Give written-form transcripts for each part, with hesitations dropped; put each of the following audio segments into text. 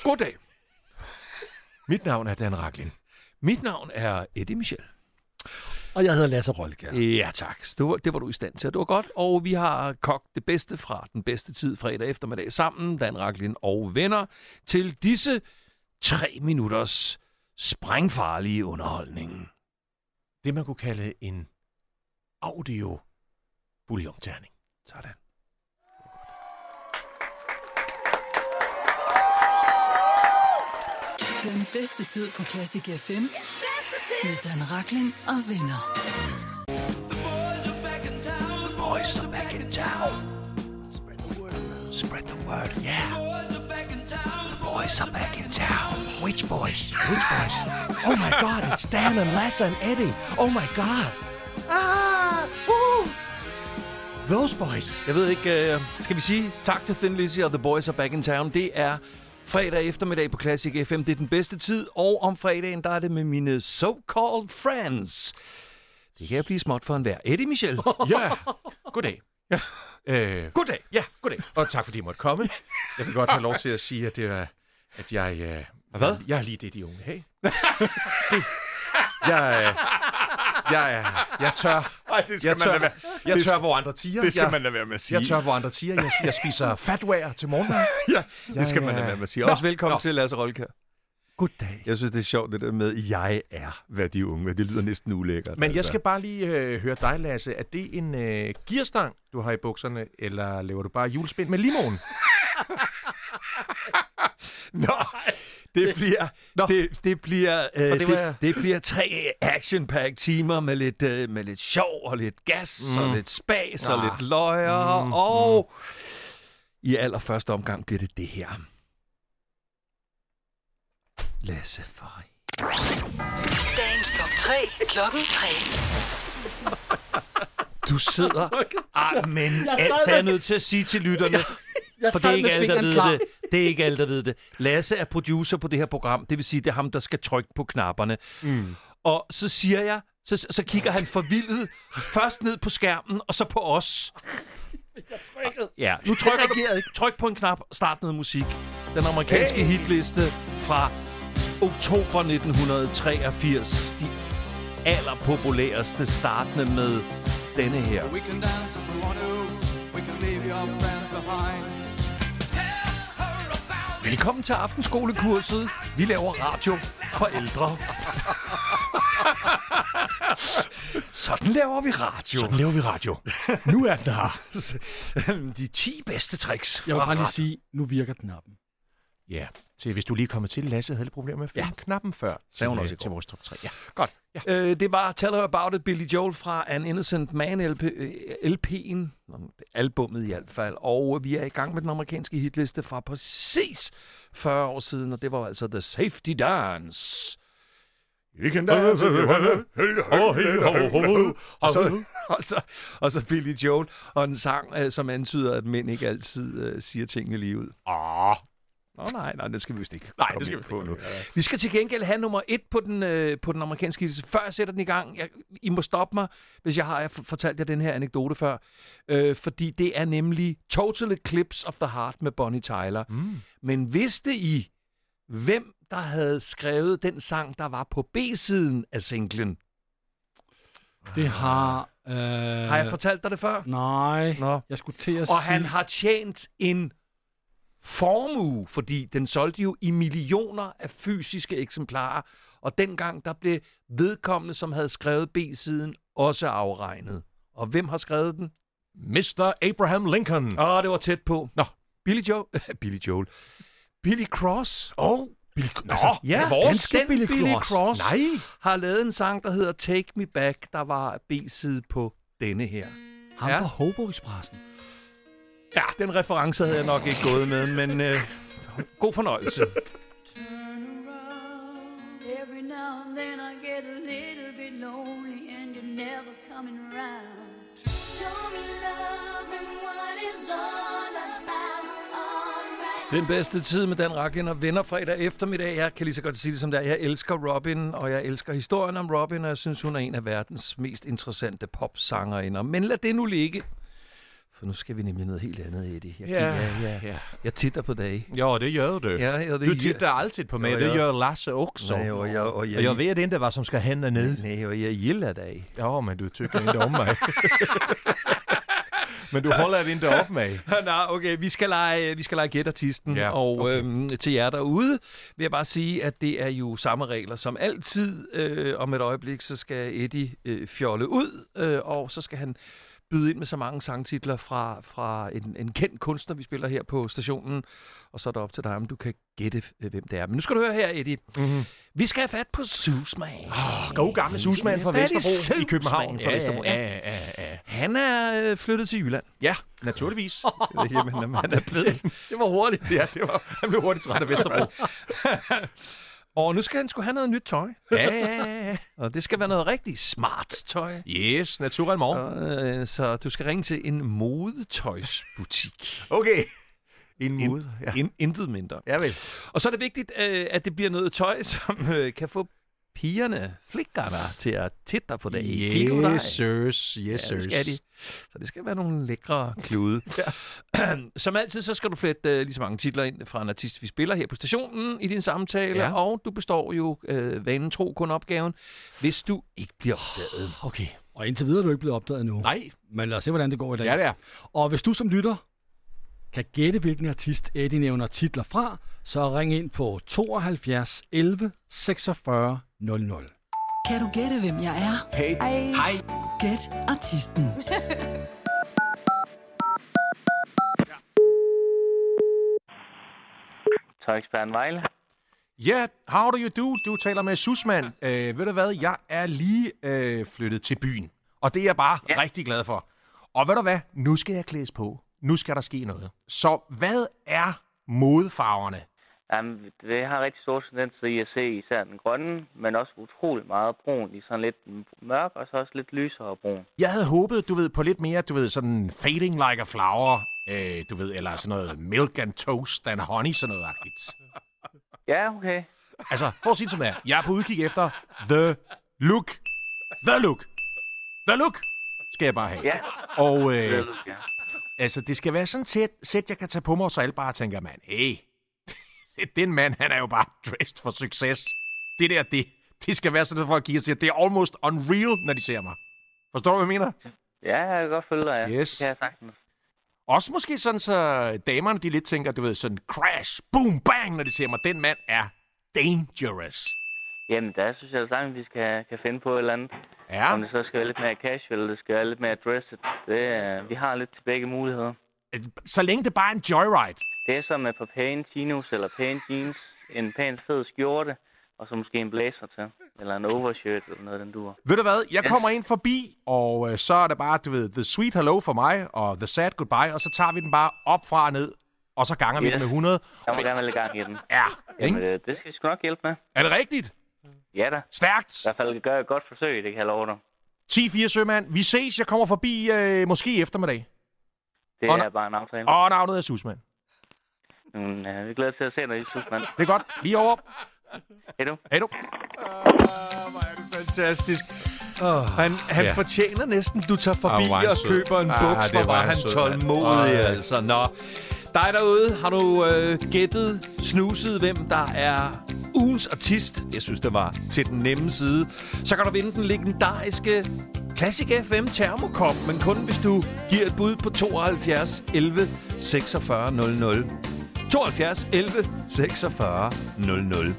Goddag. Mit navn er Dan Rachlin. Mit navn er Eddie Michel. Og jeg hedder Lasse Rolkjær. Ja, tak. Det var du i stand til. Det var godt. Og vi har kogt det bedste fra den bedste tid fredag eftermiddag sammen, Dan Rachlin og venner, til disse 3 minutters sprængfarlige underholdning. Det, man kunne kalde en audio-bouillon-terning. Sådan. Den bedste tid på Classic FM med Dan Rachlin og venner. The boys are back in town. Spread the word, yeah. The boys are back in town. Which boys? Which boys? Oh my God, it's Dan and Lasse and Eddie. Oh my God. Those boys. Jeg ved ikke, skal vi sige tak til Thin Lizzy og The Boys are back in town. Det er fredag eftermiddag på Classic FM. Det er den bedste tid, og om fredagen, der er det med mine so-called friends. Det kan jeg blive småt for enhver. Eddie Michel. Ja, goddag. Ja. Goddag. Ja, goddag. Og tak fordi I måtte komme. Jeg vil godt have lov til at sige, at jeg... Hvad? Jeg er lige det, de unge have. Jeg tør... Ej, det skal man lade være. Jeg tør, hvor andre tiger. Det skal man lade være med at sige. Jeg tør, hvor andre tiger. Jeg spiser fatwager til morgenmad. Ja, det skal man lade være med at sige. Også velkommen til, Lasse Rolkjær. Goddag. Jeg synes, det er sjovt, det der med, jeg er, hvad de unge. Det lyder næsten ulækkert. Men jeg skal bare lige høre dig, Lasse. Er det en gearstang, du har i bukserne, eller laver du bare julespind med limoen? Nå, det bliver 3 action-packed timer med lidt sjov og lidt gas og lidt spas og lidt løjer. Og i allerførste omgang bliver det her. Lasse Fari. Dagens top 3 klokken 3. Du sidder... men altså er jeg nødt til at sige til lytterne... For det er ikke alle, der ved det. Det er ikke alle, der ved det. Lasse er producer på det her program. Det vil sige, det er ham, der skal trykke på knapperne. Og så siger jeg, så kigger han forvildet først ned på skærmen, og så på os. Jeg trykkede. Ja, nu tryk på en knap, start noget musik. Den amerikanske hitliste fra oktober 1983. De allerpopulæreste, startende med denne her. We can dance if we want to. We can leave your friends behind. Velkommen til aftenskolekurset. Vi laver radio for ældre. Sådan laver vi radio. Nu er den her. De 10 bedste tricks. Jeg vil bare lige sige, nu virker knappen. Ja, så hvis du lige kommer til, Lasse havde lidt problemer med at finde knappen før til vores top 3. Ja, godt. Ja. Det var Tell Her About It, Billy Joel fra An Innocent Man LP'en, albummet i hvert fald. Og vi er i gang med den amerikanske hitliste fra præcis 40 år siden, og det var altså The Safety Dance. You can dance if you wanna. Og så Billy Joel, og en sang, som antyder, at mænd ikke altid siger tingene lige ud. Nej, det skal vi vist ikke. Nej, det skal vi på nu. Vi skal til gengæld have nummer 1 på den amerikanske hitliste. Før jeg sætter den i gang, I må stoppe mig, hvis jeg har fortalt jer den her anekdote før. Fordi det er nemlig Total Eclipse of the Heart med Bonnie Tyler. Men vidste I, hvem der havde skrevet den sang, der var på B-siden af singlen? Det har... Har jeg fortalt dig det før? Nej, Nå. Jeg skulle til at Og sige... han har tjent en formue, fordi den solgte jo i millioner af fysiske eksemplarer, og dengang der blev vedkommende, som havde skrevet B-siden, også afregnet. Og hvem har skrevet den? Mr. Abraham Lincoln. Det var tæt på. Nå, Billy Joel. Billy Cross. Billy... Ja, danske Billy Billy Cross Nej. har lavet en sang, der hedder Take Me Back, der var B-side på denne her. Ham fra Hobo-Expressen. Ja, den reference havde jeg nok ikke gået med, men god fornøjelse. Every now and then I get a little bit lonely and you're never coming around. Show me love and what is all about, all right. Den bedste tid med Dan Rachlin og venner fredag eftermiddag. Jeg kan lige så godt sige det som det er. Jeg elsker Robin, og jeg elsker historien om Robin, og jeg synes, hun er en af verdens mest interessante popsangerinder. Men lad det nu ligge. For nu skal vi nemlig noget helt andet, Eddie. Jeg titter på dig. Ja, det gør du. Ja, Du tittar alltid på mig. Ja, Det ja. gör Lasse också. Nej, och jag vet inte vad som ska hända nu. Nej, og jeg gilder dig. Ja, men du tycker inte om mig. Men du håller inte av mig. Nå, okay, vi skal lege gæt-artisten, Ja, og okay. til jer derude vil jeg bare sige, at det er jo samme regler som altid. Om et øjeblik, så skal Eddie fjolle ud, og så skal han byde ind med så mange sangtitler fra en kendt kunstner, vi spiller her på stationen, og så er det op til dig, om du kan gætte, hvem det er. Men nu skal du høre her, Eddie. Mm-hmm. Vi skal have fat på Susman. God gamle Susman fra Vesterbro i København. Fra Vesterbro. Ja. Han er flyttet til Jylland. Ja, naturligvis. Jamen, han er blevet. Det var hurtigt. Ja, han blev hurtigt træt af Vesterbro. Og nu skal han sgu have noget nyt tøj. Ja. Og det skal være noget rigtig smart tøj. Yes, naturellement. Så du skal ringe til en modetøjsbutik. Okay. En mode. Ja. Intet mindre. Ja, vel. Og så er det vigtigt, at det bliver noget tøj, som kan få pigerne, flikkerne, til at titte på dig. Yes, sirs. Yes, Ja, det skal de. Så det skal være nogle lækre klude. Som altid, så skal du flette lige så mange titler ind fra en artist, vi spiller her på stationen i din samtale. Ja. Og du består jo vanen tro kun opgaven, hvis du ikke bliver opdaget. Okay. Og indtil videre er du ikke blevet opdaget nu. Nej. Men lad os se, hvordan det går i dag. Ja, det er. Og hvis du som lytter kan gætte, hvilken artist Eddie nævner titler fra, så ring ind på 72 11 46 00. Kan du gætte, hvem jeg er? Hey. Hej. Gæt artisten. Tøjeksperten Vejle. Ja, how do you do? Du taler med Susman. Ved du hvad, jeg er lige flyttet til byen. Og det er jeg bare rigtig glad for. Og ved du hvad, nu skal jeg klædes på. Nu skal der ske noget. Så hvad er modefarverne? Jamen, det har rigtig stor tendens i at se især den grønne, men også utrolig meget brun i sådan lidt mørk, og så også lidt lysere brun. Jeg havde håbet, du ved, på lidt mere, du ved, sådan fading like a flower, du ved, eller sådan noget milk and toast and honey, sådan noget agtigt. Ja, okay. Altså, for at sige det som det er, jeg er på udkig efter the look. The look. The look skal jeg bare have. Ja. Og Ja. altså, det skal være sådan et sæt, jeg kan tage på mig, så alle bare tænker, man, hey, den mand, han er jo bare dressed for succes. Det der, det skal være sådan, at folk kigger og siger, det er almost unreal, når de ser mig. Forstår du, hvad jeg mener? Ja, jeg kan godt følge dig. Yes. Det kan jeg sagtens. Også måske sådan, så damerne, de lidt tænker, du ved, sådan crash, boom, bang, når de ser mig. Den mand er dangerous. Jamen, der synes jeg sagtens, vi kan finde på et eller andet. Ja. Om det så skal være lidt mere casual, eller det skal være lidt mere dressed. Vi har lidt til begge muligheder. Så længe det bare er en joyride. Det er som med på pæne chinos eller pæne jeans, en pæn fed skjorte, og så måske en blazer til. Eller en overshirt eller noget, den duer. Ved du hvad? Jeg kommer ind forbi, og så er det bare, du ved, the sweet hello for mig, og the sad goodbye, og så tager vi den bare op fra og ned, og så ganger vi den med 100. Jeg må gerne være lidt gang i den. Ja, Jamen, ikke? det skal vi sgu nok hjælpe med. Er det rigtigt? Ja da. Stærkt. I hvert fald gøre et godt forsøg, det kan jeg love dig. 10-4 sømand. Vi ses. Jeg kommer forbi måske i eftermiddag. Det er bare en aftale. Og navnet er Susman. Vi glæder til at se dig i Susman. Det er godt. Lige over. Hej du. Hej du. Hvor er det fantastisk. Han fortjener næsten, du tager forbi og køber en buks, hvor var han tålmodig. Altså. Nå. Dig derude, har du gættet, snuset, hvem der er ugens artist? Jeg synes, det var til den nemme side. Så kan du vinde den legendariske Classic FM Thermokop, men kun hvis du giver et bud på 72 11 46 00. 72 11 46 00.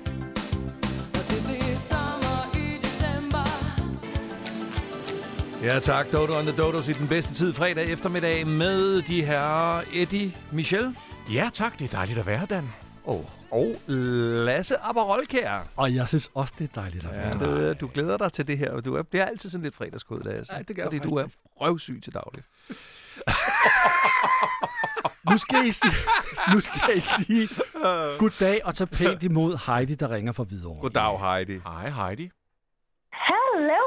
Ja tak, Dodo and the Dodos i den bedste tid fredag eftermiddag med de her Eddie Michel. Ja tak, det er dejligt at være her, Dan. Og Lasse Aberolkær. Og jeg synes også, det er dejligt at være. Ja, du glæder dig til det her, og du bliver altid sådan lidt fredagskod, Lasse. Nej, det gør fordi jeg du er røvsyg til daglig. Nu skal I sige goddag og tage pænt imod Heidi, der ringer fra Hvidovre. Goddag, Heidi. Hej, Heidi. Hello.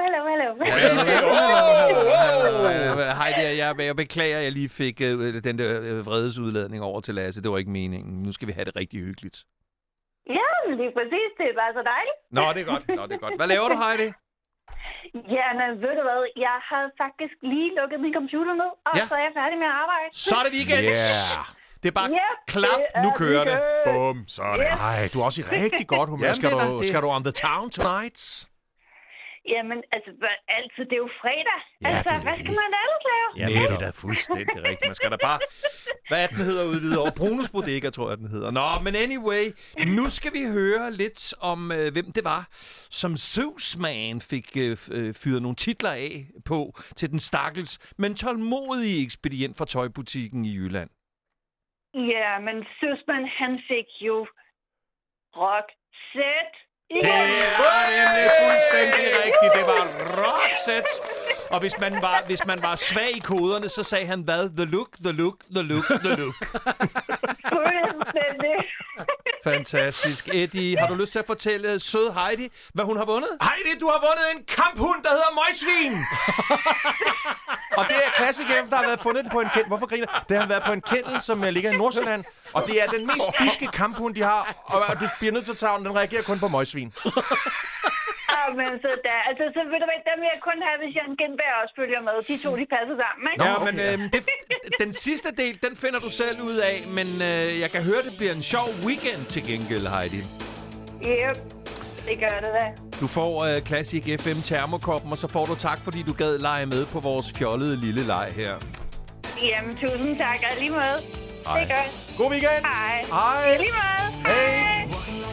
Heidi, jeg beklager, at jeg lige fik den der vredesudladning over til Lasse. Det var ikke meningen. Nu skal vi have det rigtig hyggeligt. Ja, men det er præcis. Det er bare så dejligt. Nå, det er godt. Hvad laver du, Heidi? Ja, men ved du hvad? Jeg havde faktisk lige lukket min computer ned, og så er jeg færdig med at arbejde. Så er det weekend! Yeah. Det er bare klap, nu kører det. Bum, sådan. Ej, du er også i rigtig godt humør. Jamen, Skal du on the town tonight? Jamen, altså, det er jo fredag. Ja, altså, det er hvad det. skal man ellers lave? Ja, det er da fuldstændig rigtigt. Man skal da bare... Hvad er den hedder ude videre? Brunos Bodega, tror jeg, den hedder. Nå, men anyway, nu skal vi høre lidt om, hvem det var, som Zeusman fik fyret nogle titler af på til den stakkels, men tålmodige ekspedient fra tøjbutikken i Jylland. Ja, men Zeusman, han fik jo Roxette. Det var nemlig fuldstændig rigtigt. Det var Roxette. Og hvis man var svag i koderne, så sagde han hvad? The look, the look, the look, the look. Fuldstændig. Fantastisk. Eddie, har du lyst til at fortælle søde Heidi, hvad hun har vundet? Heidi, du har vundet en kamphund, der hedder Møgsvin! Og det er Classic FM, der har været fundet den på en kendel. Hvorfor griner? Det har været på en kendel, som ligger i Nordsjælland. Og det er den mest biske kamphund, de har. Og du bliver nødt til at tage den. Den reagerer kun på møgsvin. Men så der, altså, så vil du være, dem vil jeg kun have, hvis Jan Gindberg også følger med. De to, de passer sammen, ikke? Ja, men den sidste del, den finder du selv ud af. Men jeg kan høre, det bliver en sjov weekend til gengæld, Heidi. Yep, det gør det da. Du får Classic FM termokoppen, og så får du tak, fordi du gad lege med på vores fjollede lille leg her. Jamen, tusind tak. Og lige måde. Hej. Det er godt. God weekend! Hej. Hej! Lige måde. Hej!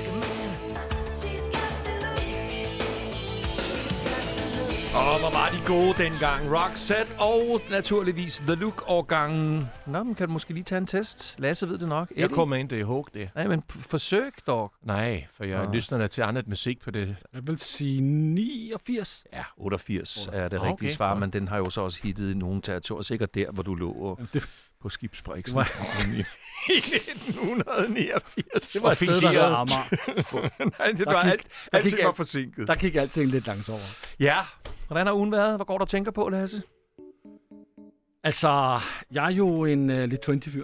Hvor var de gode dengang. Roxette og naturligvis The Look-årgangen. Nå, men kan du måske lige tage en test? Lasse ved det nok. Jeg kommer ind, det er hårdt, det. Nej, men forsøg dog. Nej, for jeg lyster til andet musik på det. Jeg vil sige 89. Ja, 88 er det rigtige svar, men den har jo så også hittet i nogle territorier. Sikkert der, hvor du lå på Skibsbriksen. I 1989. Det var et sted, der hedder Amager. Nej, det var altid var forsinket. Der gik alting lidt langsommere. Ja. Hvordan har ugen været? Hvad går der og tænker på, Lasse? Altså, jeg er jo en lidt 20-fyr.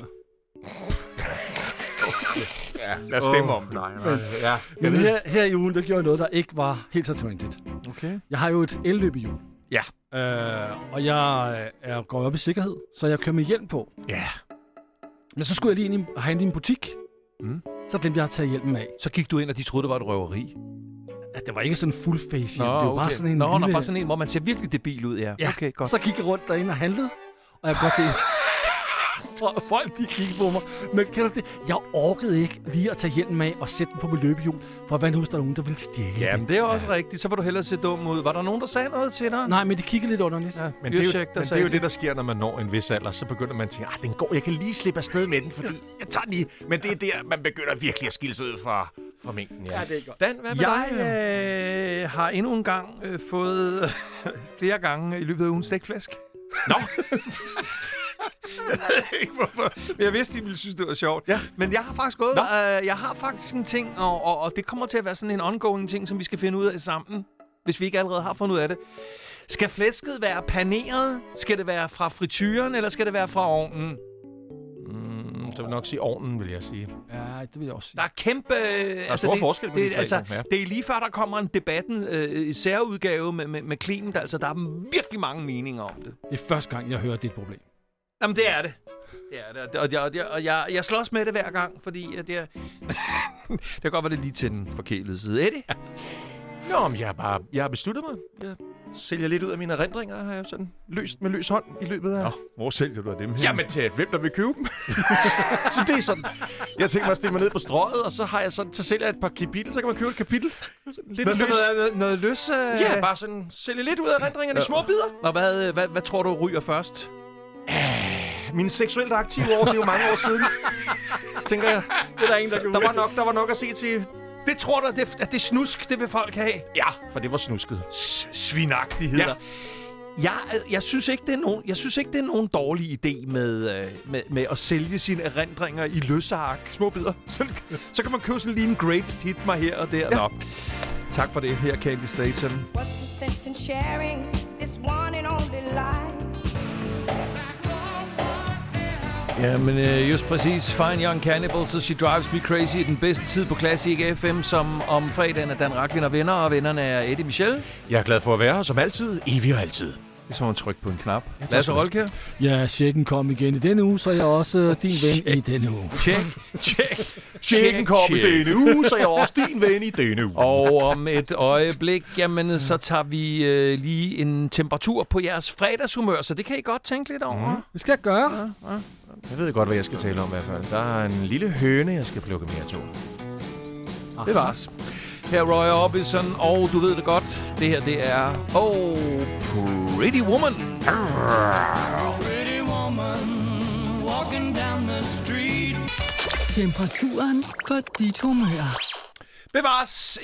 Ja, lad os stemme om det. Ja. Men her i ugen, der gjorde jeg noget, der ikke var helt så 20. Okay. Jeg har jo et elløbehjul. Ja. Og jeg går op i sikkerhed, så jeg kører med hjelm på. Ja. Men så skulle jeg lige have en butik. Så glemte jeg at tage hjelmen af. Så gik du ind, og de troede, det var et røveri. Det var ikke sådan en full face hjelm. Nå, det var bare sådan en lille... bare sådan en, hvor man ser virkelig debil ud, ja. Okay, godt. Så gik jeg rundt derinde og handlede, og jeg kunne godt se... Folk, de kiggede på mig. Men kan du det? Jeg orkede ikke lige at tage hjelmen af og sætte den på mit løbehjul, for hvad nu, hvis der er nogen, der ville stjæle den. Jamen, det er også rigtigt. Så var du hellere se dum ud. Var der nogen, der sagde noget til dig? Nej, men de kiggede lidt underligt. Ja, men det er jo det, der sker, når man når en vis alder. Så begynder man at tænke, den går, jeg kan lige slippe afsted med den, fordi jeg tager den lige. Men det er der, man begynder virkelig at skille sig ud fra mængden. Ja, det er godt. Dan, hvad med dig? Jeg har endnu en gang fået flere gange i løbet af ugen stegflæsk. Nå! Jeg ved ikke hvorfor. Jeg vidste, de ville synes, det var sjovt. Ja. Men jeg har faktisk gået... jeg har faktisk en ting, og det kommer til at være sådan en ongoing ting, som vi skal finde ud af sammen, hvis vi ikke allerede har fundet ud af det. Skal flæsket være paneret? Skal det være fra frityren, eller skal det være fra ovnen? Så vil nok sige ovnen, vil jeg sige. Ja, det vil jeg også sige. Der er kæmpe... Der er stor forskel på de tre. Det er lige før, der kommer en debatten særudgave med clean. Altså, der er virkelig mange meninger om det. Det er første gang, jeg hører, det er et problem. Jamen, det er det. Det er det. Og jeg slås med det hver gang, fordi det kan godt være det lige til den forkælede side. Eddie? Nå, men jeg har besluttet mig. Jeg sælger lidt ud af mine erindringer, har jeg sådan løst med løs hånd i løbet af... Nå, hvor sælger du af dem her? Jamen til hvem, der vil købe dem. Så det er sådan... Jeg tænker mig at stille mig ned på strøget, og så har jeg sådan... Så sælger jeg et par kapitel, så kan man købe et kapitel. Lidt noget løs... Ja, bare sådan sælge lidt ud af erindringerne i små bidder. Og hvad tror du ryger først? Mine seksuelt aktive år, det er jo mange år siden. Tænker jeg. Det er der ingen, der kan der var nok at se til... Det tror du, at det snusk, det vil folk have? Ja, for det var snusket. Svinagtigheder. Ja. Jeg synes ikke, det er nogen dårlig idé med at sælge sine erindringer i løsark. Små bidder. Så kan man købe sådan lige en greatest hit mig her og der. Ja. Nå. Tak for det. Her Candy Staton. What's the sense in sharing this one and only life? Jamen, just præcis. Fine Young Cannibals og She Drives Me Crazy. Den bedste tid på Classic FM, som om fredagen er Dan Racklin og venner, og vennerne er Eddie Michel. Jeg er glad for at være her, som altid. Evig og altid. Det er som at trykke på en knap. Lasse Rolkjær. Ja, checken kom igen i denne uge, så er jeg også din ven i denne uge. Checken kom i denne uge, så er jeg også din ven i denne uge. Og om et øjeblik, jamen, så tager vi lige en temperatur på jeres fredagshumør, så det kan I godt tænke lidt over. Det skal jeg gøre. Ja. Jeg ved godt, hvad jeg skal tale om i hvert fald. Der er en lille høne, jeg skal plukke mere til. Det var's. Her er Roy Orbison, og du ved det godt, det her det er Pretty Woman. Pretty woman walking down the street. Temperaturen på dit humør. Bevares.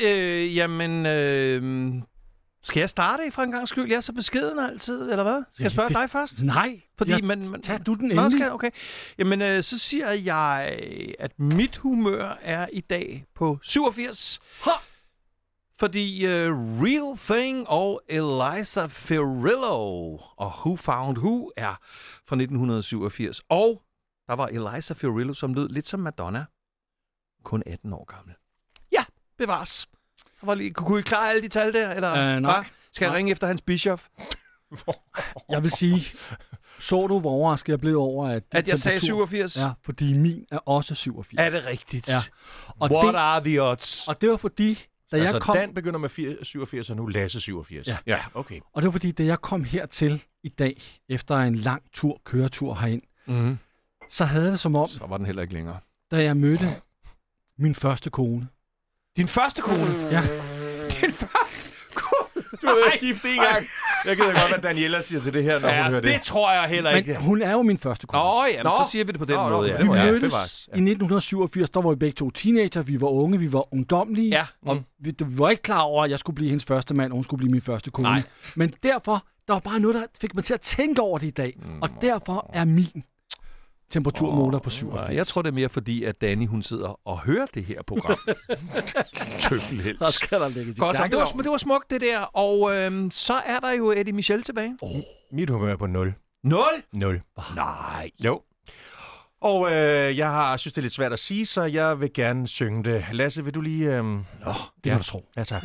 Skal jeg starte for en gang skyld? Jeg er så beskeden altid, eller hvad? Skal jeg spørge dig først? Nej, Fordi tag du den Nå, endelig. skal jeg? Okay. Jamen, så siger jeg, at mit humør er i dag på 87. Fordi Real Thing og Eliza Ferrillo og Who Found Who er fra 1987. Og der var Eliza Ferrillo, som lød lidt som Madonna. Kun 18 år gammel. Ja, bevares. Kunne I klare alle de tal der? Eller nej. Skal jeg ringe efter Hans Bischoff? Jeg vil sige, så du, hvor overrasket jeg blev over, at jeg sagde 87? Ja, fordi min er også 87. Er det rigtigt? Ja. Og What are the odds? Og det var fordi, da jeg kom... Dan begynder med 87, og nu Lasse 87. Ja, okay. Og det var fordi, da jeg kom hertil i dag, efter en lang køretur herind, så havde det som om... Så var den heller ikke længere. Da jeg mødte min første kone. Din første kone? Ja. Din første kone? Du har været gift en gang. Jeg gider godt, hvad Daniela siger til det her, når hun hører det. Det tror jeg heller ikke. Men hun er jo min første kone. Så siger vi det på den måde. Vi mødtes i 1987, der var vi begge to teenager, vi var unge, vi var ungdomlige. Ja. Og vi var ikke klar over, at jeg skulle blive hendes første mand, og hun skulle blive min første kone. Nej. Men derfor, der var bare noget, der fik mig til at tænke over det i dag. Og derfor er min temperaturmåler på 87. Jeg tror, det er mere fordi, at Dani, hun sidder og hører det her program. Tøffelhelt. Der skal der ligge. Godt, så det var smukt, det der. Og så er der jo Eddie Michel tilbage. Mit humør er på 0. 0? 0. Nej. Jo. Og jeg synes, det er lidt svært at sige, så jeg vil gerne synge det. Lasse, vil du lige... det kan du tro. Ja, tak.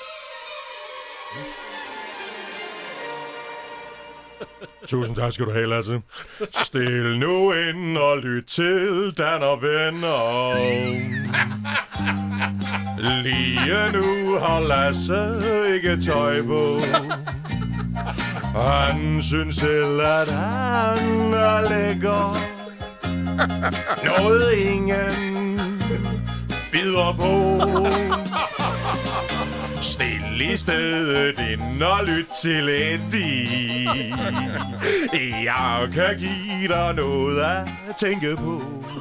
Tusind tak skal du have, Lasse. Stil nu ind og lyt til Dan og venner. Lige nu har Lasse ikke tøj på. Han synes selv, at han er lækker. Noget ingen bider på. Stil i stedet ind og lyt til Eddie. Jeg kan give dig noget at tænke på.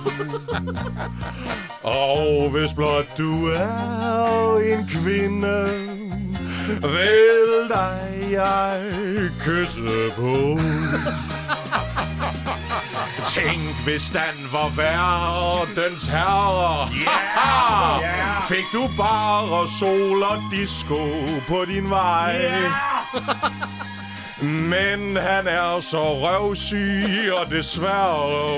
Og hvis blot du er en kvinde, vil dig jeg kysse på. Tænk, hvis Dan var verdens herre. Yeah! Fik du bare sol og disco på din vej. Men han er så røvsyg og desværre.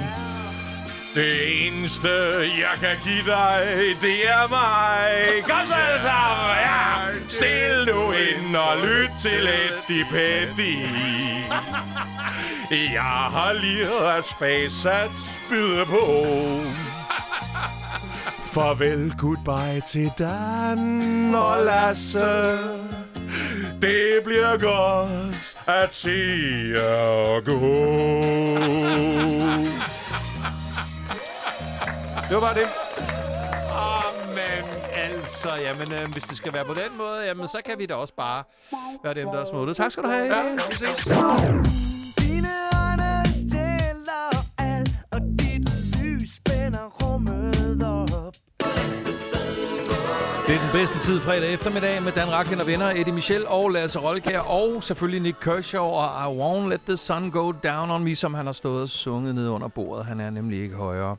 Det eneste, jeg kan give dig, det er mig. Kom så alle sammen, ja! Stil nu ind og lyt til Eddie Petty. Jeg har lige at space at byde på. Farvel, goodbye til Dan og Lasse. Det bliver godt at se jer gå. Det var bare det. Men altså, jamen, hvis det skal være på den måde, jamen, så kan vi da også bare være dem, der er smutte. Tak skal du have. Ja, vi ses. Dine øjne stiller alt, og dit lys spænder rummet op. Det er den bedste tid fredag eftermiddag med Dan Racklin og venner, Eddie Michel og Lasse Rolkjær og selvfølgelig Nick Kershaw og I Won't Let the Sun Go Down on Me, som han har stået og sunget nede under bordet. Han er nemlig ikke højere.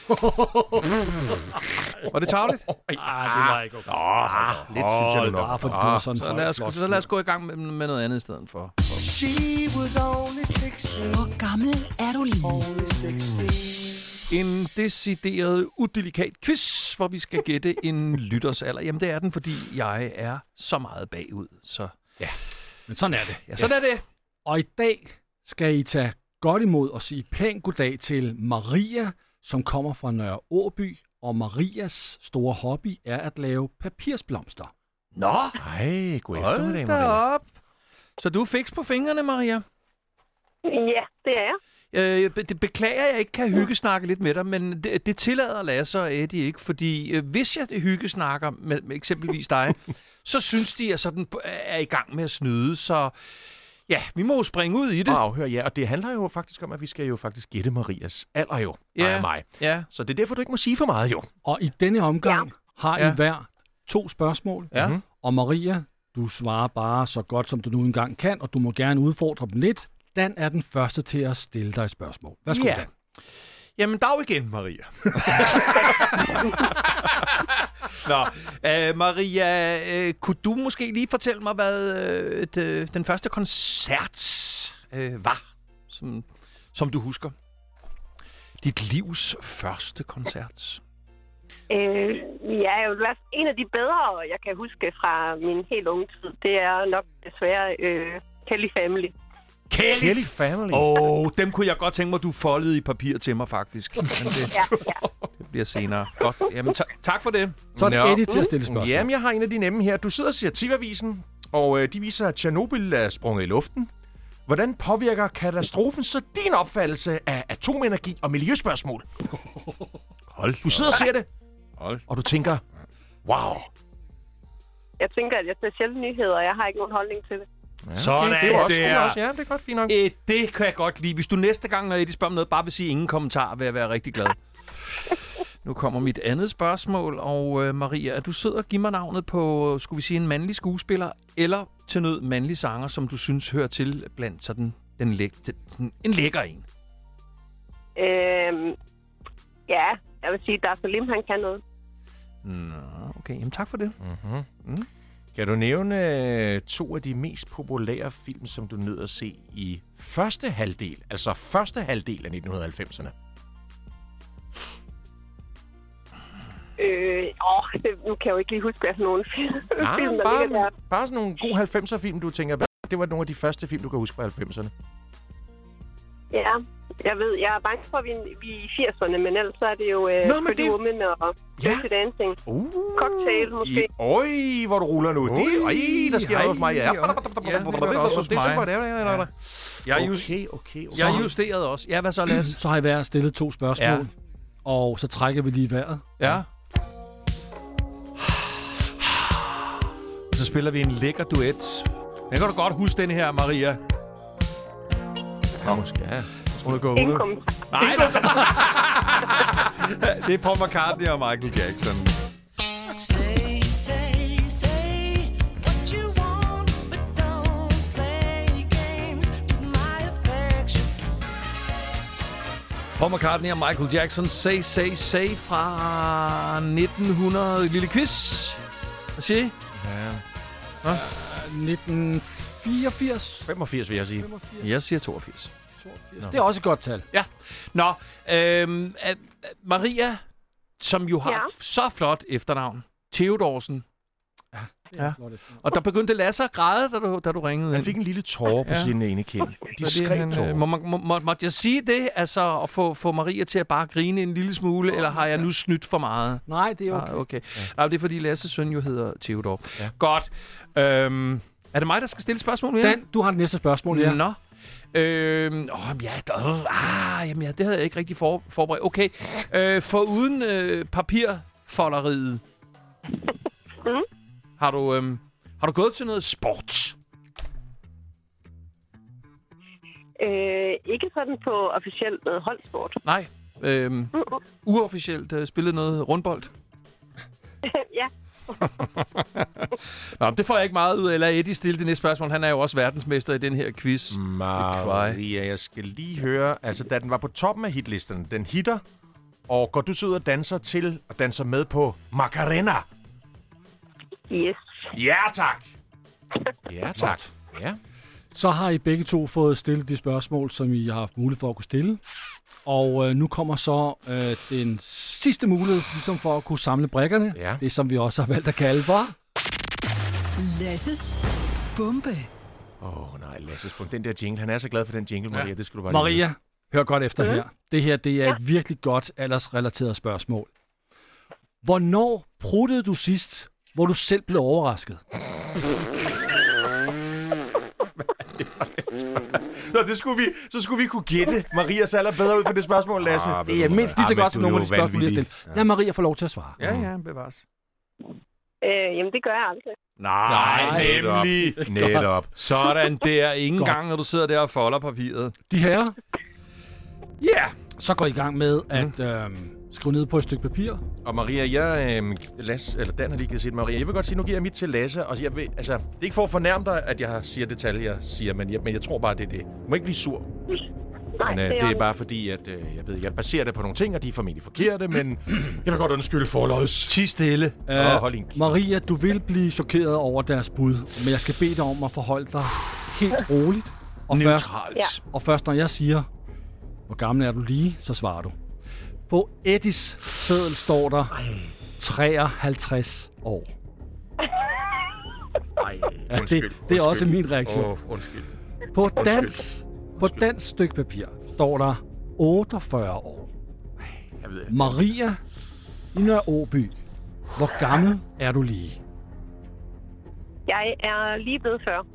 Var det tarveligt? Det var ikke okay. Lidt synes jeg nok. Så Så lad os gå i gang med noget andet i stedet for. She was only 16. Hvor gammel er du lige? Only 16. En decideret udelikat quiz, hvor vi skal gætte en lytters alder. Jamen, det er den, fordi jeg er så meget bagud. Så ja, Men sådan er det. ja sådan er det. Og i dag skal I tage godt imod og sige pænt goddag til Maria, som kommer fra Nørre Årby. Og Marias store hobby er at lave papirsblomster. Nå, Ej, god hold eftermiddag, da Maria. op. Så du er fiks på fingrene, Maria? Ja, det er jeg. Det beklager, jeg ikke kan hyggesnakke lidt med dig, men det tillader Lasse og Eddie ikke, fordi hvis jeg hyggesnakker med eksempelvis dig, så synes de, at sådan er i gang med at snyde, så ja, vi må jo springe ud i det. Og afhør, ja. Og det handler jo faktisk om, at vi skal jo faktisk gætte Marias alder jo. Ja. Af mig. Ja. Så det er derfor, du ikke må sige for meget jo. Og i denne omgang har I Ja. hver 2 spørgsmål. Ja. Mhm. Og Maria, du svarer bare så godt, som du nu engang kan, og du må gerne udfordre dem lidt. Dan er den første til at stille dig et spørgsmål. Værsgo, Ja. Dan. Jamen, dag igen, Maria. Nå, Maria, kunne du måske lige fortælle mig, hvad den første koncert var, som du husker? Dit livs første koncert. Ja, i hvert fald en af de bedre, jeg kan huske fra min helt unge tid, det er nok desværre Kelly Family. Kelly Family. Dem kunne jeg godt tænke mig, du foldede i papir til mig, faktisk. Men det, Ja. det bliver senere. Godt. Jamen, tak for det. Så er det Nå. Eddie til at stille spørgsmål. Jamen, jeg har en af de nemme her. Du sidder og ser TV-avisen, og de viser, at Tjernobyl er sprunget i luften. Hvordan påvirker katastrofen så din opfattelse af atomenergi og miljøspørgsmål? Hold Du sidder og ser det, og du tænker, wow. Jeg tænker, at jeg ser sjældent nyheder, og jeg har ikke nogen holdning til det. Ja, Sådan det er jo også, der. det er også, ja, det er godt fint nok. Det kan jeg godt lide. Hvis du næste gang, når Eddie spørger om noget, bare vil sige ingen kommentar, vil jeg være rigtig glad. Nu kommer mit andet spørgsmål, og Maria, er du sød og give mig navnet på, skulle vi sige, en mandlig skuespiller, eller til nød mandlig sanger, som du synes hører til blandt sådan en lækker en? Ja, jeg vil sige, at Dar Salim, han kan noget. Nå, okay. Jamen, tak for det. Kan du nævne 2 af de mest populære film, som du nød at se i første halvdel af 1990'erne? Nu kan jeg jo ikke lige huske, hvad for nogle film, Nej, film der ligger der. bare sådan nogle gode 90'er-film, du tænker, det var nogle af de første film, du kan huske fra 90'erne. Ja, jeg ved, jeg er bange for, at vi er i 80'erne, men ellers så er det jo men Pretty det- Woman og Dirty Dancing. Cocktail måske. Øj, hvor du ruller nu. Der sker noget hos mig. Ja, Ja, det gør der også hos det er super. mig. Okay. Jeg justerede også. Ja, hvad så, Lasse? Så har I hver stillet 2 spørgsmål. Ja. Og så trækker vi lige vejret. Ja. Så spiller vi en lækker duet. Den kan du godt huske, den her, Maria. Ja, måske. Ja. Jeg gå Ingen ud. kommentar. Nej, det er Paul McCartney og Michael Jackson. Say, say, say what you want, but don't play games with my affection. Paul McCartney og Michael Jackson. Say, say, say fra 1900. Lille quiz. Hvad siger I? 1984. 85 vil jeg sige. 85. Jeg siger 82. 82. Det er også et godt tal. Ja. Nå, Maria, som jo har så flot efternavn. Theodorsen. Ja. Og der begyndte Lasse at græde, da du ringede Han ind. fik en lille tårer på sin ene kind. Diskret tårer. Måtte jeg sige det, altså at få Maria til at bare grine en lille smule, eller har jeg nu snydt for meget? Nej, det er okay. Okay. Nej, det er fordi Lasses søn jo hedder Theodor. Ja. Godt. Er det mig, der skal stille spørgsmål mere? Dan, du har det næste spørgsmål, ja. Nå. Jamen, det havde jeg ikke rigtig forberedt. Okay. Foruden papirfolderiet, har du gået til noget sport? Ikke sådan på officielt holdsport. Nej. Uofficielt spillet noget rundbold? Ja. Nå, det får jeg ikke meget ud af. Eller Eddie stille det næste spørgsmål. Han er jo også verdensmester i den her quiz. Maria, jeg skal lige høre. Altså, da den var på toppen af hitlisten, den hitter, og går du så ud og danser med på Macarena? Yes. Ja, tak. Ja, tak. Ja. Så har I begge to fået stillet de spørgsmål, som I har haft mulighed for at kunne stille. Og nu kommer så den sidste mulighed ligesom for at kunne samle brikkerne. Ja. Det, som vi også har valgt at kalde for... Lasses bombe. Nej, Lasses bombe. Den der jingle. Han er så glad for den jingle, Maria. Det skal du bare Maria, hør godt efter her. Det her, det er et virkelig godt aldersrelateret spørgsmål. Hvornår pruttede du sidst, hvor du selv blev overrasket? Nå, så skulle vi kunne gætte Marias alder bedre ud for det spørgsmål, Lasse. Det er mindst lige så godt som nogle af de spørgsmål, vi har stillet. Lad Maria få lov til at svare. Ja, bevares. Jamen, det gør jeg aldrig. Nej, nemlig. Netop. Sådan der. Ingen gang, når du sidder der og folder papiret. De her, Ja! så går I gang med at skrive ned på et stykke papir. Og Maria, Dan har lige givet sit Maria. Jeg vil godt sige, nu giver jeg mit til Lasse. Og jeg vil, altså, det er ikke for at fornærme dig, at jeg siger det tal, jeg siger, men jeg tror bare, det er det. Du må ikke blive sur. Nej, Men det er bare fordi, at jeg baserer det på nogle ting, og de er formentlig forkerte, men jeg vil godt undskylde forlods. Ti stille. Hold en. Maria, du vil blive chokeret over deres bud, men jeg skal bede dig om at forholde dig helt roligt. Og Neutralt. først når jeg siger, hvor gammel er du lige, så svarer du. På Eddies seddel står der 53 år. Det er også min reaktion. Undskyld. På dansk stykke papir står der 48 år. Maria i Nørre Åby, hvor gammel er du lige? Jeg er lige blevet 40.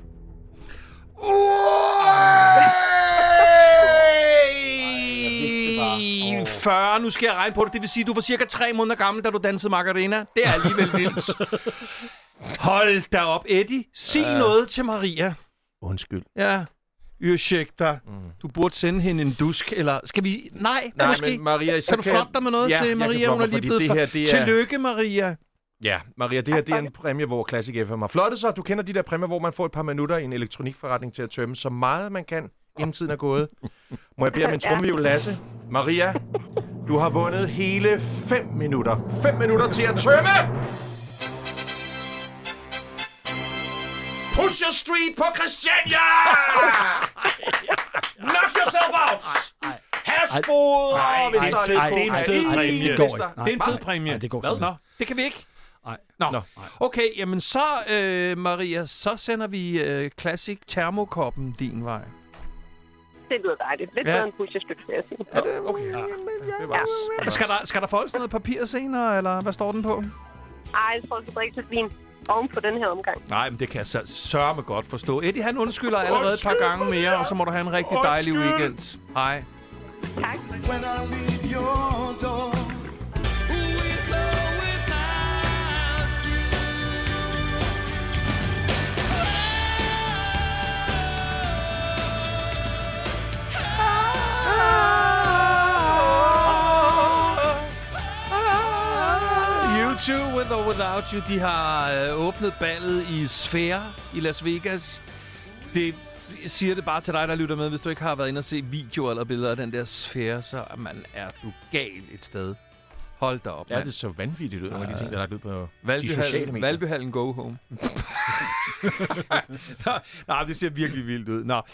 40, nu skal jeg regne på det. Det vil sige, du var cirka 3 måneder gammel, da du dansede Macarena. Det er alligevel vildt. Hold da op, Eddie. Sig noget til Maria. Undskyld. Ja. Ursäkta. Du burde sende hende en dusk, eller skal vi... Nej, måske. Men Maria, så kan du flotte dig med noget til Maria? Hun er lige blevet det her, Tillykke, Maria. Ja, Maria, det her det er en præmie, hvor Classic FM har flottet sig. Du kender de der præmier, hvor man får et par minutter i en elektronikforretning til at tømme så meget man kan, inden tiden er gået. Må jeg bede om en trommevirvel, Lasse? Maria, du har vundet hele 5 minutter. 5 minutter til at tømme! Pusher Street på Christiania! Knock yourself out! Hasbro! Det er en fed præmie. Det går ikke. Det er en fed præmie. Nej, det går Hvad? ikke. Nå, det kan vi ikke. Nej. Nå. Okay, jamen så, Maria, så sender vi Classic Termokoppen din vej. Det lyder dejligt. Lidt bedre end Pusher Street, vil jeg sige. Er det okay? Skal der foldes noget papir senere, eller hvad står den på? Ej, jeg tror, du drikker til vin oven på den her omgang. Nej, men det kan jeg sørme godt forstå. Eddie, han undskylder allerede et par gange mere, og så må du have en rigtig dejlig weekend. Hej. Tak. When I leave your door. U2 With or Without You, de har åbnet ballet i Sphere i Las Vegas. Jeg siger det bare til dig, der lytter med. Hvis du ikke har været inde og se videoer eller billeder af den der Sphere, så er du gal et sted. Hold da op, Ja, det så vanvittigt ud, når de ting, der er lagt ud på de sociale medier. Valbyhallen Go Home. Nej, det ser virkelig vildt ud. Nå.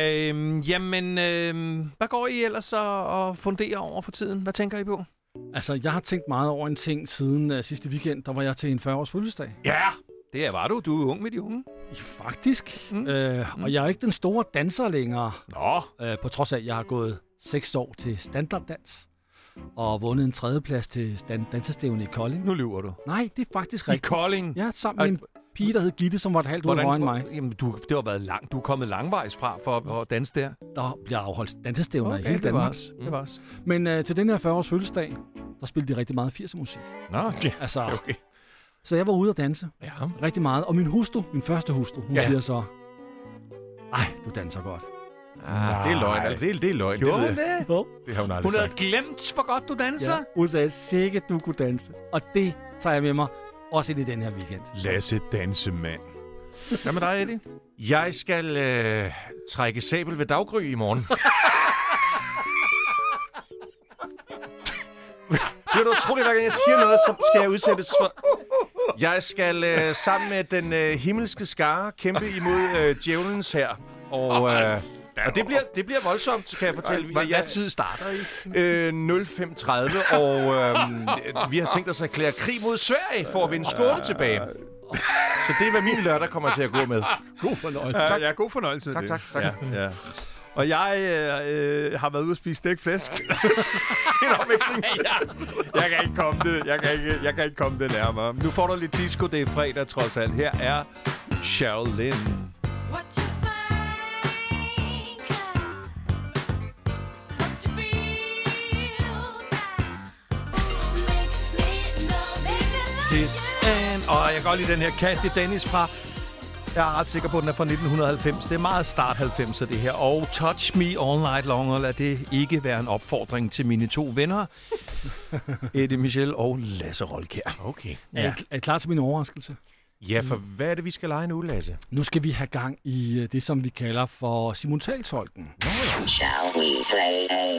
Hvad går I ellers og funderer over for tiden? Hvad tænker I på? Altså, jeg har tænkt meget over en ting siden sidste weekend. Der var jeg til en 40-års fødselsdag. Ja, det var du. Du er ung med de unge. Faktisk. Og jeg er ikke den store danser længere. Nå. På trods af, at jeg har gået 6 år til standarddans. Og vundet en 3. plads til dansestævne i Kolding. Nu lyver du. Nej, det er faktisk rigtigt. I Kolding? Ja, sammen med en pige, der hed Gitte, som var et halvt år højere end mig. Jamen, det har været langt. Du er kommet langvejs fra for at danse der. Der bliver afholdt dansestævner i hele Danmark. Det var også. Men til den her 40-års fødselsdag, der spillede de rigtig meget 80'er musik. Nå, okay. Altså, okay. Så jeg var ude at danse. Ja. Rigtig meget. Og min første hustru, hun siger så, ej, du danser godt. Det er løgn. Altså, det er løgn. Gjorde det? Jo. Det har hun aldrig Hun havde sagt. glemt, hvor godt du danser. Ja. Hun sagde sikkert, du kunne danse. Og det tager jeg med mig, også i den her weekend. Lasse dansemand. Hvad med dig, Eddie? Jeg skal trække sabel ved daggry i morgen. Det er utroligt, hver gang jeg siger noget, så skal jeg udsættes for... Jeg skal sammen med den himmelske skare kæmpe imod djævelens her. Og det bliver voldsomt, kan jeg fortælle. Hvad tid starter I? 05:30, og vi har tænkt os at erklære krig mod Sverige for at vinde Skåne tilbage. Så det er, hvad min lørdag kommer til at gå med. God fornøjelse. Ja, god fornøjelse med Tak. Ja. Og jeg har været ude at spise stegt flæsk. Til en opvækstning. Jeg kan ikke komme det nærmere. Nu får du lidt disco, det er fredag trods alt. Her er Cheryl Lynn. Og jeg kan godt lide den her Kathy Dennis fra... Jeg er ret sikker på, at den er fra 1990. Det er meget start 90'er, det her. Og Touch Me All Night Long, og lad det ikke være en opfordring til mine to venner. Eddie Michel og Lasse Rolkjær. Okay. Er I klar til min overraskelse? Ja, for hvad er det, vi skal lege nu, Lasse? Nu skal vi have gang i det, som vi kalder for simultaltolken. Shall we play a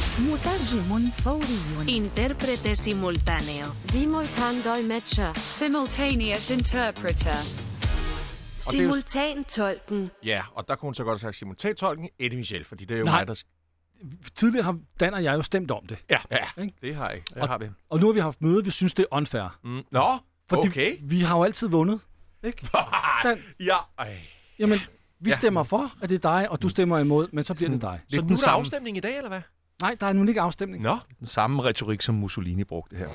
game? Intérprete simultáneo. Simultandolmetscher. Simultaneous interpreter. Simultantolken. Ja, og der kunne hun så godt have sagt simultantolken Eddie Michel, fordi det er jo Nej. mig, der... Tidligere har Dan og jeg jo stemt om det. Ja, det har jeg. Jeg har det. Og nu har vi haft møde, vi synes, det er unfair. Nå, Fordi okay. vi har jo altid vundet. Ikke? Dan, Ja. jamen, vi stemmer for, at det er dig, og du stemmer imod, men så bliver det dig. Så nu er der afstemning i dag, eller hvad? Nej, der er nu ikke afstemning. Nå. Den samme retorik, som Mussolini brugte her.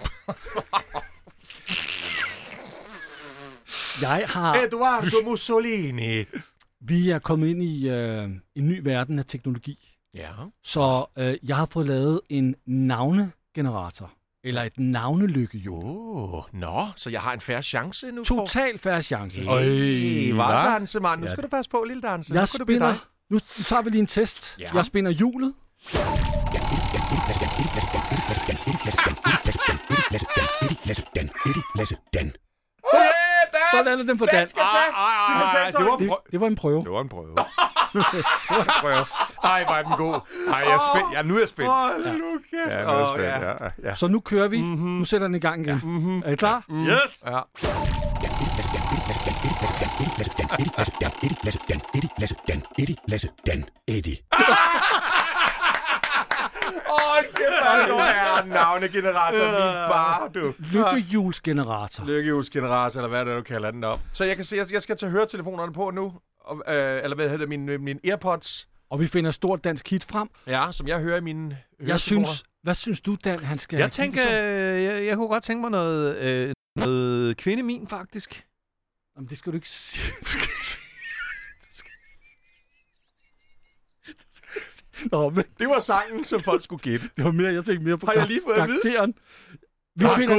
Jeg har... Eduardo Mussolini. Vi er kommet ind i en ny verden af teknologi. Ja. Så jeg har fået lavet en navnegenerator. Eller et navnelykkehjul. Nå, så jeg har en færre chance nu. Total færre chance. Danse, mand. Nu skal du passe på, lille danse. Jeg spinner... Nu tager vi lige en test. Ja. Jeg spinner hjulet. Så lander den på Dan. Det var en prøve. Det var en prøve. Ej, var den god. Ej, jeg er spændt. Ja, nu er jeg spændt. Ja, nu er jeg spændt. Ja. Så nu kører vi. Nu sætter den i gang igen. Er I klar? Yes! Ja. Eddie. Nu er navnegenerator lige bare, du. Lykkehjulsgenerator. Lykkehjulsgenerator, eller hvad det du kalder den op. Så jeg kan se, jeg skal tage høretelefonerne på nu. Eller hvad hedder det, min AirPods. Og vi finder stort dansk hit frem. Ja, som jeg hører i mine høretelefoner. Hvad synes du, Dan, han skal... Jeg tænker, jeg kunne godt tænke mig noget kvindemin, faktisk. Jamen, det skal du ikke sige. Nå, men Det var sangen, som folk skulle gætte. det var mere, jeg tænkte mere på Har jeg lige fået at vide? karakteren. Vi finder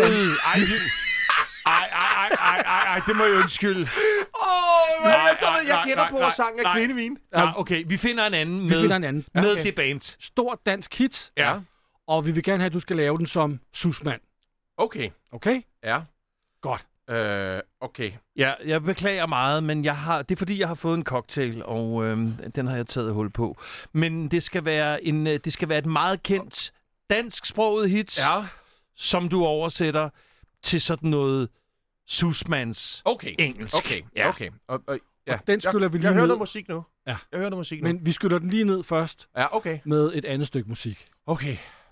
Ej, det må jeg undskylde. Jeg gætter på, at sangen er kvindemin. Ja, okay, vi finder en anden Vi finder en anden. med Okay. det band. Stort dansk hit. Ja. Og vi vil gerne have, at du skal lave den som susmand. Okay. Okay? Ja. Godt. Okay. Ja, jeg beklager meget, men det er fordi, jeg har fået en cocktail, og den har jeg taget hul på. Men det skal være et meget kendt dansksproget hit, som du oversætter til sådan noget susmands engelsk. Okay. Ja. Okay. Og Den skyller vi lige jeg hører ned. noget musik nu. Ja. Jeg hører noget musik nu. Men vi skyller den lige ned først Ja, okay. med et andet stykke musik. Okay.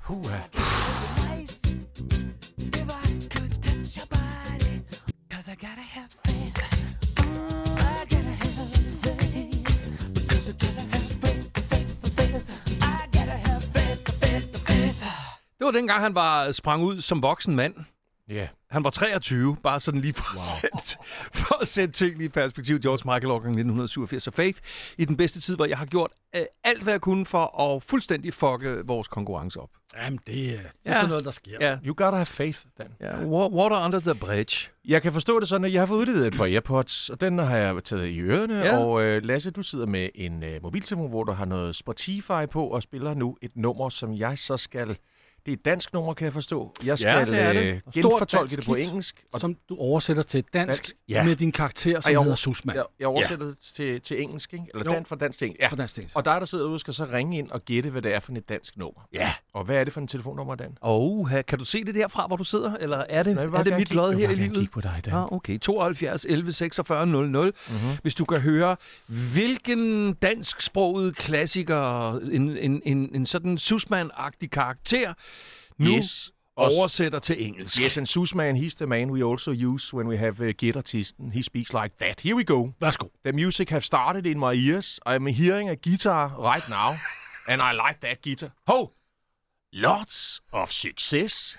Det var dengang, han var sprang ud som voksen mand. Ja. Yeah. Han var 23, bare sådan lige for at sætte tingene i perspektiv. George Michael årgang 1987 og Faith i den bedste tid, hvor jeg har gjort alt, hvad jeg kunne for at fuldstændig fucke vores konkurrence op. Jamen, det er sådan noget, der sker. Ja. You gotta have faith, Dan. Ja. Water under the bridge. Jeg kan forstå det sådan, at jeg har fået udledet et par AirPods, og den har jeg taget i ørerne. Ja. Og Lasse, du sidder med en mobiltelefon, hvor du har noget Spotify på, og spiller nu et nummer, som jeg så skal Det er et dansk nummer, kan jeg forstå. Jeg skal det er det. genfortolke det på engelsk. Og som du oversætter til dansk med din karakter, som hedder Susman. Jeg oversætter det til engelsk, ikke? Eller fra dansk til engelsk. Ja. Fra dansk til engelsk. Og dig, der sidder ude, skal så ringe ind og gætte, hvad det er for et dansk nummer. Ja. Og hvad er det for en telefonnummer, Dan? Kan du se det derfra, hvor du sidder? Eller er det mit lod her i livet? Kig på dig, Dan. Okay. 72 11 46 00. Hvis du kan høre, hvilken dansksproget klassiker, en sådan Susman-agtig karakter, nu oversætter til engelsk. Yes, and Susman, he's the man we also use when we have guitaristen. He speaks like that. Here we go. Værsgo. The music have started in my ears. I'm hearing a guitar right now, and I like that guitar. Lots of success.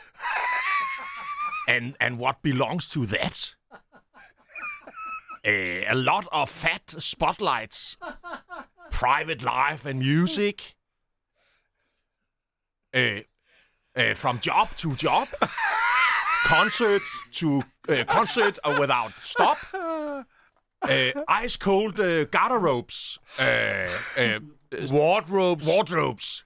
And what belongs to that? A lot of fat spotlights. Private life and music. From job to job. Concert to concert without stop. Ice cold garderobes. Wardrobes.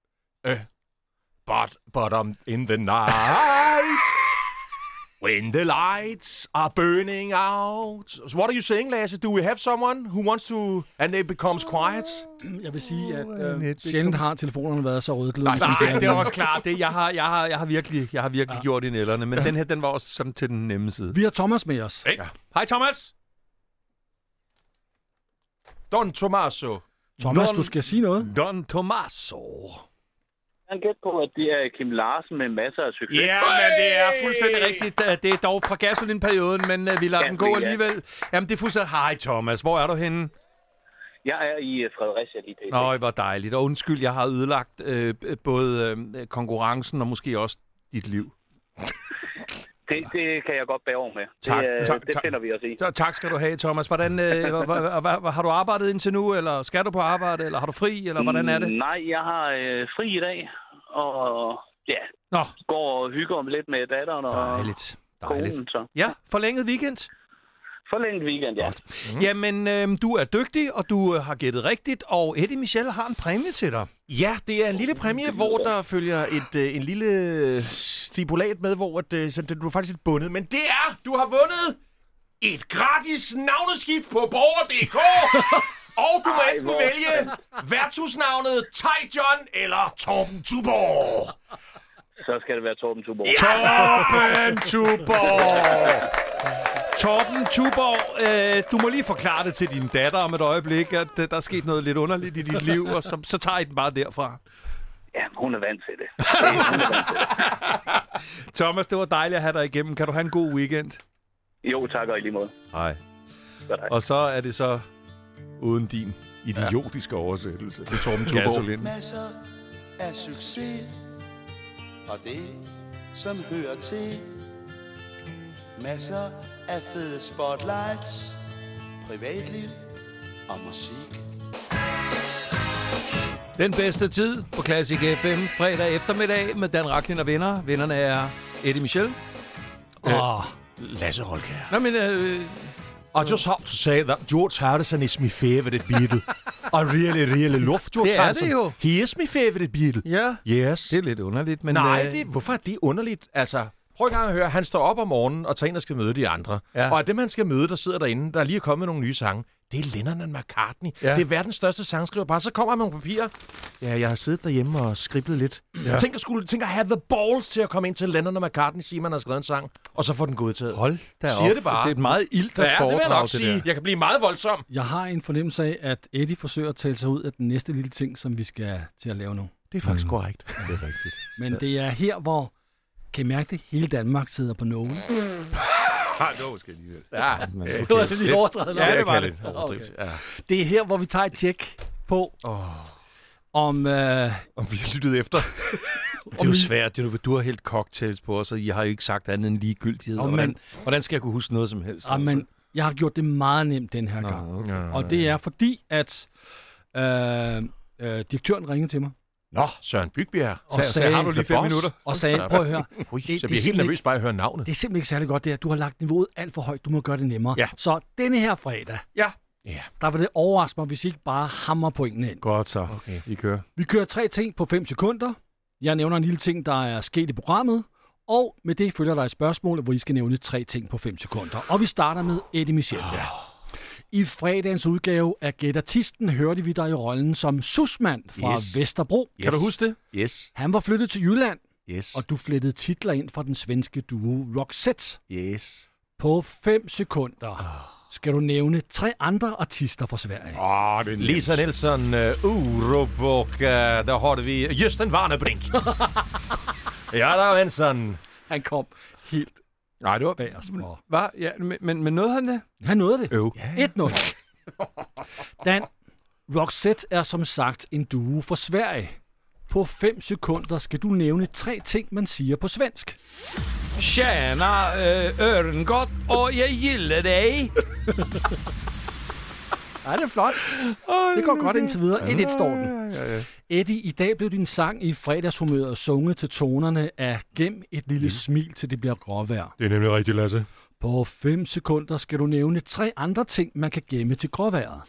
But in the night, when the lights are burning out. So what are you saying, Lasse? Do we have someone who wants to, and it becomes quiet? Jeg vil sige, at sjældent har telefonerne været så rødglødende. Nej, det er også klart. Jeg har virkelig gjort i nælderne, men den her, den var også sådan til den nemme side. Vi har Thomas med os. Hey. Ja. Hej, Thomas. Don Tommaso. Thomas, du skal sige noget. Don Tommaso. Jeg kan gætte på, at det er Kim Larsen med masser af succes. Ja, men det er fuldstændig rigtigt. Det er dog fra gasolinperioden, men vi lader den gå alligevel. Jamen, det er fuldstændig... Hej, Thomas. Hvor er du henne? Jeg er i Fredericia lige pt. Nå, hvor dejligt. Og undskyld, jeg har ødelagt både konkurrencen og måske også dit liv. Det kan jeg godt bære over med. Tak. Det finder vi os i. Tak skal du have, Thomas. Hvordan, har du arbejdet indtil nu, eller skal du på arbejde, eller har du fri, eller hvordan er det? Nej, jeg har fri i dag, og går og hygger om lidt med datteren og konen. Så. Ja, forlænget weekend? Forlænget weekend, ja. Jamen, du er dygtig, og du har gættet rigtigt, og Eddie Michel har en præmie til dig. Ja, det er en lille præmie, hvor der følger en lille stipulat med, hvor så du er faktisk lidt bundet. Men det er, du har vundet et gratis navneskift på Borger.dk. Og du må enten vælge værtshusnavnet Tai John eller Torben Tuborg. Så skal det være Torben Tuborg. Ja, Torben Tuborg! Torben Tuborg, du må lige forklare det til din datter om et øjeblik, at der er sket noget lidt underligt i dit liv, og så tager I den bare derfra. Ja, hun er vant til det. Thomas, det var dejligt at have dig igennem. Kan du have en god weekend? Jo, tak og i lige måde. Hej. Og så er det så uden din idiotiske oversættelse. Det er Torben Tuborg. Masser af succes, og det, som hører til. Masser af fede spotlights, privatliv og musik. Den bedste tid på Classic FM, fredag eftermiddag med Dan Rachlin og venner. Vennerne er Eddie Michel og Lasse Rolkjær. Nå, men... I just have to say that George Harrison is my favorite Beatle. I really love George Harrison. Det er det jo. He is my favorite Beatle. Ja, yes. Det er lidt underligt, men... Nej, hvorfor er det underligt? Altså... Prøv en gang at høre, han står op om morgenen og tager ind og skal møde de andre. Ja. Og af dem, han skal møde, der sidder derinde, der er lige kommet nogle nye sange. Det er Lennon og McCartney. Ja. Det er verdens største sangskriver. Bare så kommer han med nogle papirer. Ja, jeg har siddet derhjemme og skriblet lidt. Ja. Tænk at have the balls til at komme ind til Lennon og McCartney, sige, man har skrevet en sang, og så få den godtaget. Hold da siger op. Det bare. Det er et meget ildt foredrag. Ja, det vil jeg nok sige. Jeg kan blive meget voldsom. Jeg har en fornemmelse af, at Eddie forsøger at tale sig ud af den næste lille ting, som vi skal til at lave nu. Det er faktisk korrekt. Det er rigtigt. Men det er her, hvor... Kan I mærke det? Hele Danmark sidder på nogen. Det var måske alligevel. Ja, okay. Det var det lige overdrevet. Ja, det var lidt overdrevet. Okay. Ja. Det er her, hvor vi tager et tjek på, om vi har lyttet efter. Det er jo svært. Du har helt cocktails på os, og I har jo ikke sagt andet end ligegyldighed. Hvordan skal jeg kunne huske noget som helst? Men jeg har gjort det meget nemt den her gang. Og det er fordi, at direktøren ringede til mig. Nå, Søren Bygbjerg. Og sagde, har du lige 5 minutter? Og sagde, prøv at høre. Så bliver helt nervøs bare at høre navnet. Det er simpelthen ikke særlig godt, det her. Du har lagt niveauet alt for højt. Du må gøre det nemmere. Ja. Så denne her fredag, der vil det overraske mig, hvis I ikke bare hammer pointene ind. Godt så. Okay. Vi kører. Vi kører 3 ting på 5 sekunder. Jeg nævner en lille ting, der er sket i programmet, og med det følger der et spørgsmål, hvor I skal nævne 3 ting på 5 sekunder. Og vi starter med Eddie Michel. Ja. I fredagens udgave af Gæt Artisten hørte vi dig i rollen som Susman fra Vesterbro. Kan du huske det? Yes. Han var flyttet til Jylland, og du flettede titler ind fra den svenske duo Roxette. Yes. På 5 sekunder skal du nævne 3 andre artister fra Sverige. Lisa Nilsson, Urup og der har vi Justin Warnebrink. Ja, der er en sådan. Han kom helt... Nej, det var bag os. Hvad? Ja, men nåede han det? Han nåede det. 1-0. Yeah. Dan, Roxette er som sagt en duo fra Sverige. På 5 sekunder skal du nævne 3 ting, man siger på svensk. Tjena, örngott, og jeg gillar dig. Ja, det er flot. Det går godt indtil videre. 1-1 står den. Eddie, i dag blev din sang i fredagshumøret sunget til tonerne af Gem et lille smil, til det bliver gråvejr. Det er nemlig rigtigt, Lasse. På 5 sekunder skal du nævne 3 andre ting, man kan gemme til gråvejret.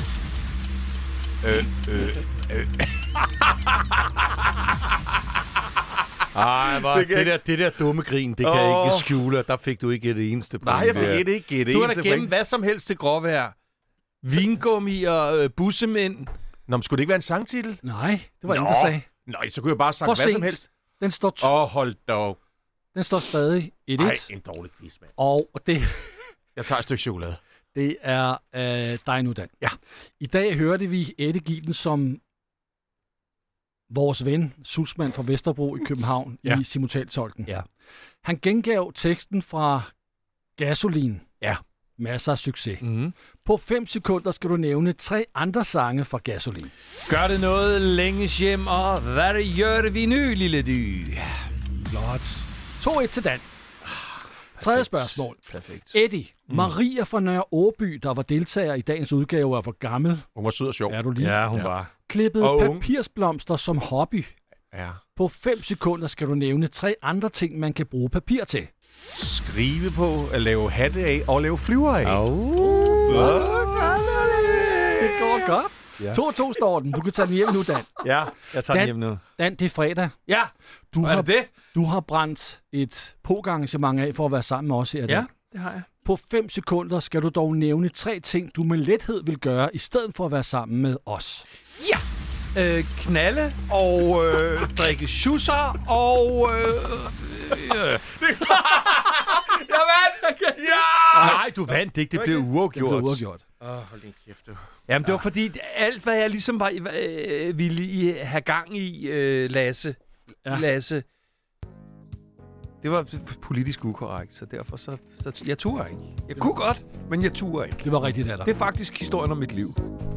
Det der dumme grin, det kan jeg ikke skjule. Der fik du ikke det eneste point. Nej, jeg fik ikke det. Du har da gemt hvad som helst til gråvejr. Vingummi og bussemænd. Nå, men skulle det ikke være en sangtitel? Nej, det var ingen, der sagde. Nej, så kunne jeg bare sagt hvad som helst. Den står hold dog. Den står stadig 1-1. Nej, en dårlig quiz, mand. Og det... Jeg tager et stykke chokolade. Det er dig nu, Dan. Ja. I dag hørte vi Eddie Gielden som vores ven, Susman fra Vesterbro i København, i simultantolken. Ja. Han gengav teksten fra Gasolin. Ja. Masser af succes. Mm-hmm. På 5 sekunder skal du nævne 3 andre sange fra Gasolin. Gør det noget længes hjem, og hvad gør vi nu, lille dy? Flot. 2-1 til Dan. Tredje spørgsmål. Perfekt. Eddie, Maria fra Nørre Åby, der var deltager i dagens udgave, er for gammel. Hun var sød og sjov. Er du lige? Ja, hun var. Klippede papirsblomster som hobby. Ja. På 5 sekunder skal du nævne 3 andre ting, man kan bruge papir til. Skrive på, at lave hatte af og lave flyver af. Det går godt. Ja. 2-2 står den. Du kan tage den hjem nu, Dan. Ja, jeg tager den hjem nu. Dan, det er fredag. Ja, Du har brændt et pokerarrangement af for at være sammen med os her. Ja, det har jeg. På 5 sekunder skal du dog nævne 3 ting, du med lethed vil gøre, i stedet for at være sammen med os. Ja! Knalde og drikke schusser og... Jeg vandt! Ja! Nej, du vandt ikke. Det blev uafgjort. Hold din kæft, du. Jamen, det var fordi, alt hvad jeg ligesom var, ville have gang i, Lasse, det var politisk ukorrekt, så derfor så jeg turde ikke. Jeg kunne godt, men jeg turde ikke. Det var rigtigt, Alder. Det er faktisk historien om mit liv.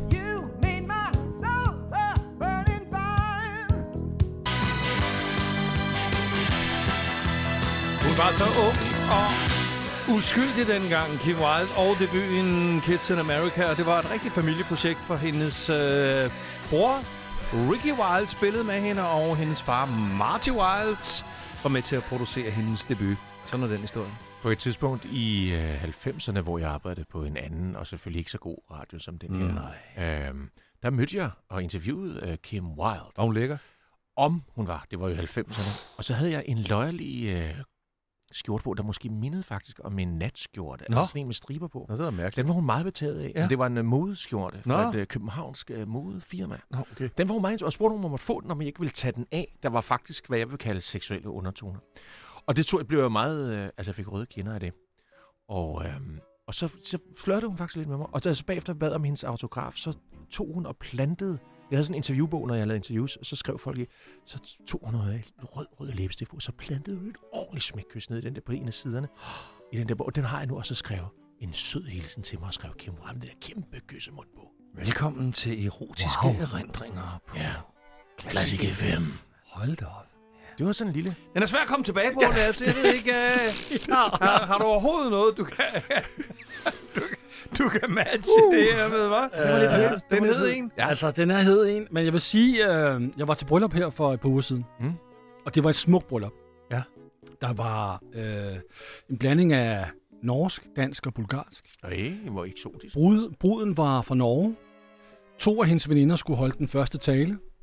Hun var så ung og uskyldig dengang, Kim Wilde, og debuten Kids in America. Og det var et rigtigt familieprojekt for hendes bror, Ricky Wilde, spillede med hende, og hendes far, Marty Wilde, var med til at producere hendes debut. Sådan er den historie. På et tidspunkt i 90'erne, hvor jeg arbejdede på en anden, og selvfølgelig ikke så god radio som den her, der mødte jeg og interviewede Kim Wilde. Og hun lækker? Om hun var. Det var jo 90'erne. Og så havde jeg en løjerlig skjorte på, der måske mindede faktisk om en natskjorte. Altså sådan en med striber på. Nå, det var mærkeligt. Den var hun meget betaget af. Ja. Det var en modeskjorte fra et københavnsk modefirma. Okay. Den var hun meget, og spurgte, om man måtte få den, når man ikke ville tage den af. Der var faktisk, hvad jeg vil kalde seksuelle undertoner. Og det blev jeg meget... jeg fik røde kinder af det. Og så flirtede hun faktisk lidt med mig. Og da så bagefter bad om hendes autograf, så tog hun og plantede... Jeg havde sådan en interviewbog, når jeg lavede interviews, og så skrev folk i, så tog hun noget rød læbestift på, så plantede hun et ordentligt smækkys ned i den der på en af siderne. I den der bog, og den har jeg nu også skrevet en sød hilsen til mig, og skrev Kim Wilde, det der kæmpe kyssemund på. Velkommen til erotiske erindringer på Classic FM. Hold da op. Det var sådan en lille... Den er svær at komme tilbage på, Lasse. Jeg ved ikke... har du overhovedet noget, du kan... Du kan matche det her med, hva'? Den hed en. Ja, altså, den er hed en. Men jeg vil sige, jeg var til bryllup her for et par uger siden. Og det var et smukt bryllup. Ja. Der var en blanding af norsk, dansk og bulgarsk. Det var eksotisk. Bruden var fra Norge. 2 af hendes veninder skulle holde den første tale.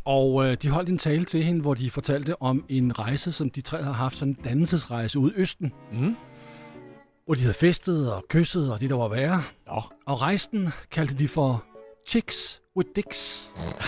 Og de holdt en tale til hende, hvor de fortalte om en rejse, som de tre havde haft, sådan en dannelsesrejse ude i Østen. Hvor de havde festet og kysset og det, der var værre. Ja. Og rejsen kaldte de for Chicks with Dicks.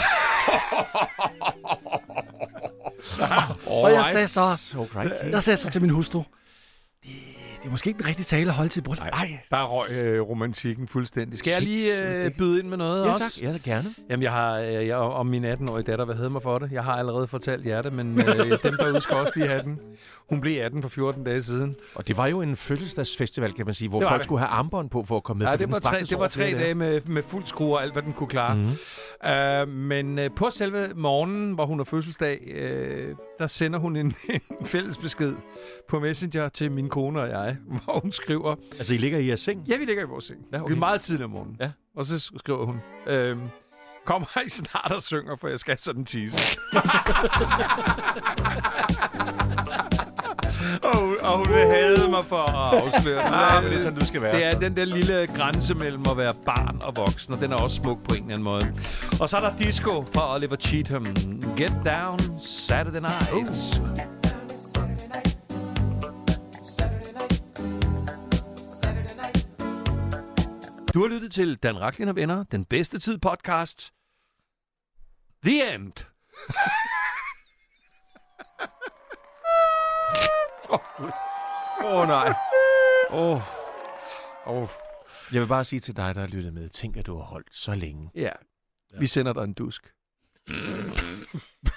Og jeg sagde så til min hustru, det er måske ikke den rigtige tale at holde til bryllup. Nej, der røg romantikken fuldstændig. Skal jeg lige byde ind med noget også? Tak. Ja, gerne. Jamen, jeg og min 18-årige datter, hvad hedder mig for det? Jeg har allerede fortalt jer det, men dem derude skal også lige have den. Hun blev 18 for 14 dage siden. Og det var jo en fødselsdagsfestival, kan man sige, hvor folk skulle have armbånd på for at komme med. Ja, det var 3 dage med fuld skrue og alt, hvad den kunne klare. Men på selve morgenen, hvor hun har fødselsdag, der sender hun en fælles besked på Messenger til min kone og jeg, hvor hun skriver... Altså, I ligger i jeres seng? Ja, vi ligger i vores seng. Ja, okay. Det er meget tidligt om morgenen. Ja. Og så skriver hun... Kommer I snart og synger, for jeg skal sådan tisse. og hun vil hade mig for at afsløre det. Ja, men det er sådan, du skal være. Det er den der lille grænse mellem at være barn og voksen, og den er også smuk på en eller anden måde. Og så er der disco fra Oliver Cheatham. Get Down Saturday Night. Du har lyttet til Dan Rachlin og Venner, den bedste tid podcast. The End. Nej. Jeg vil bare sige til dig, der har lyttet med, tænk, at du har holdt så længe. Ja. Vi sender dig en dusk.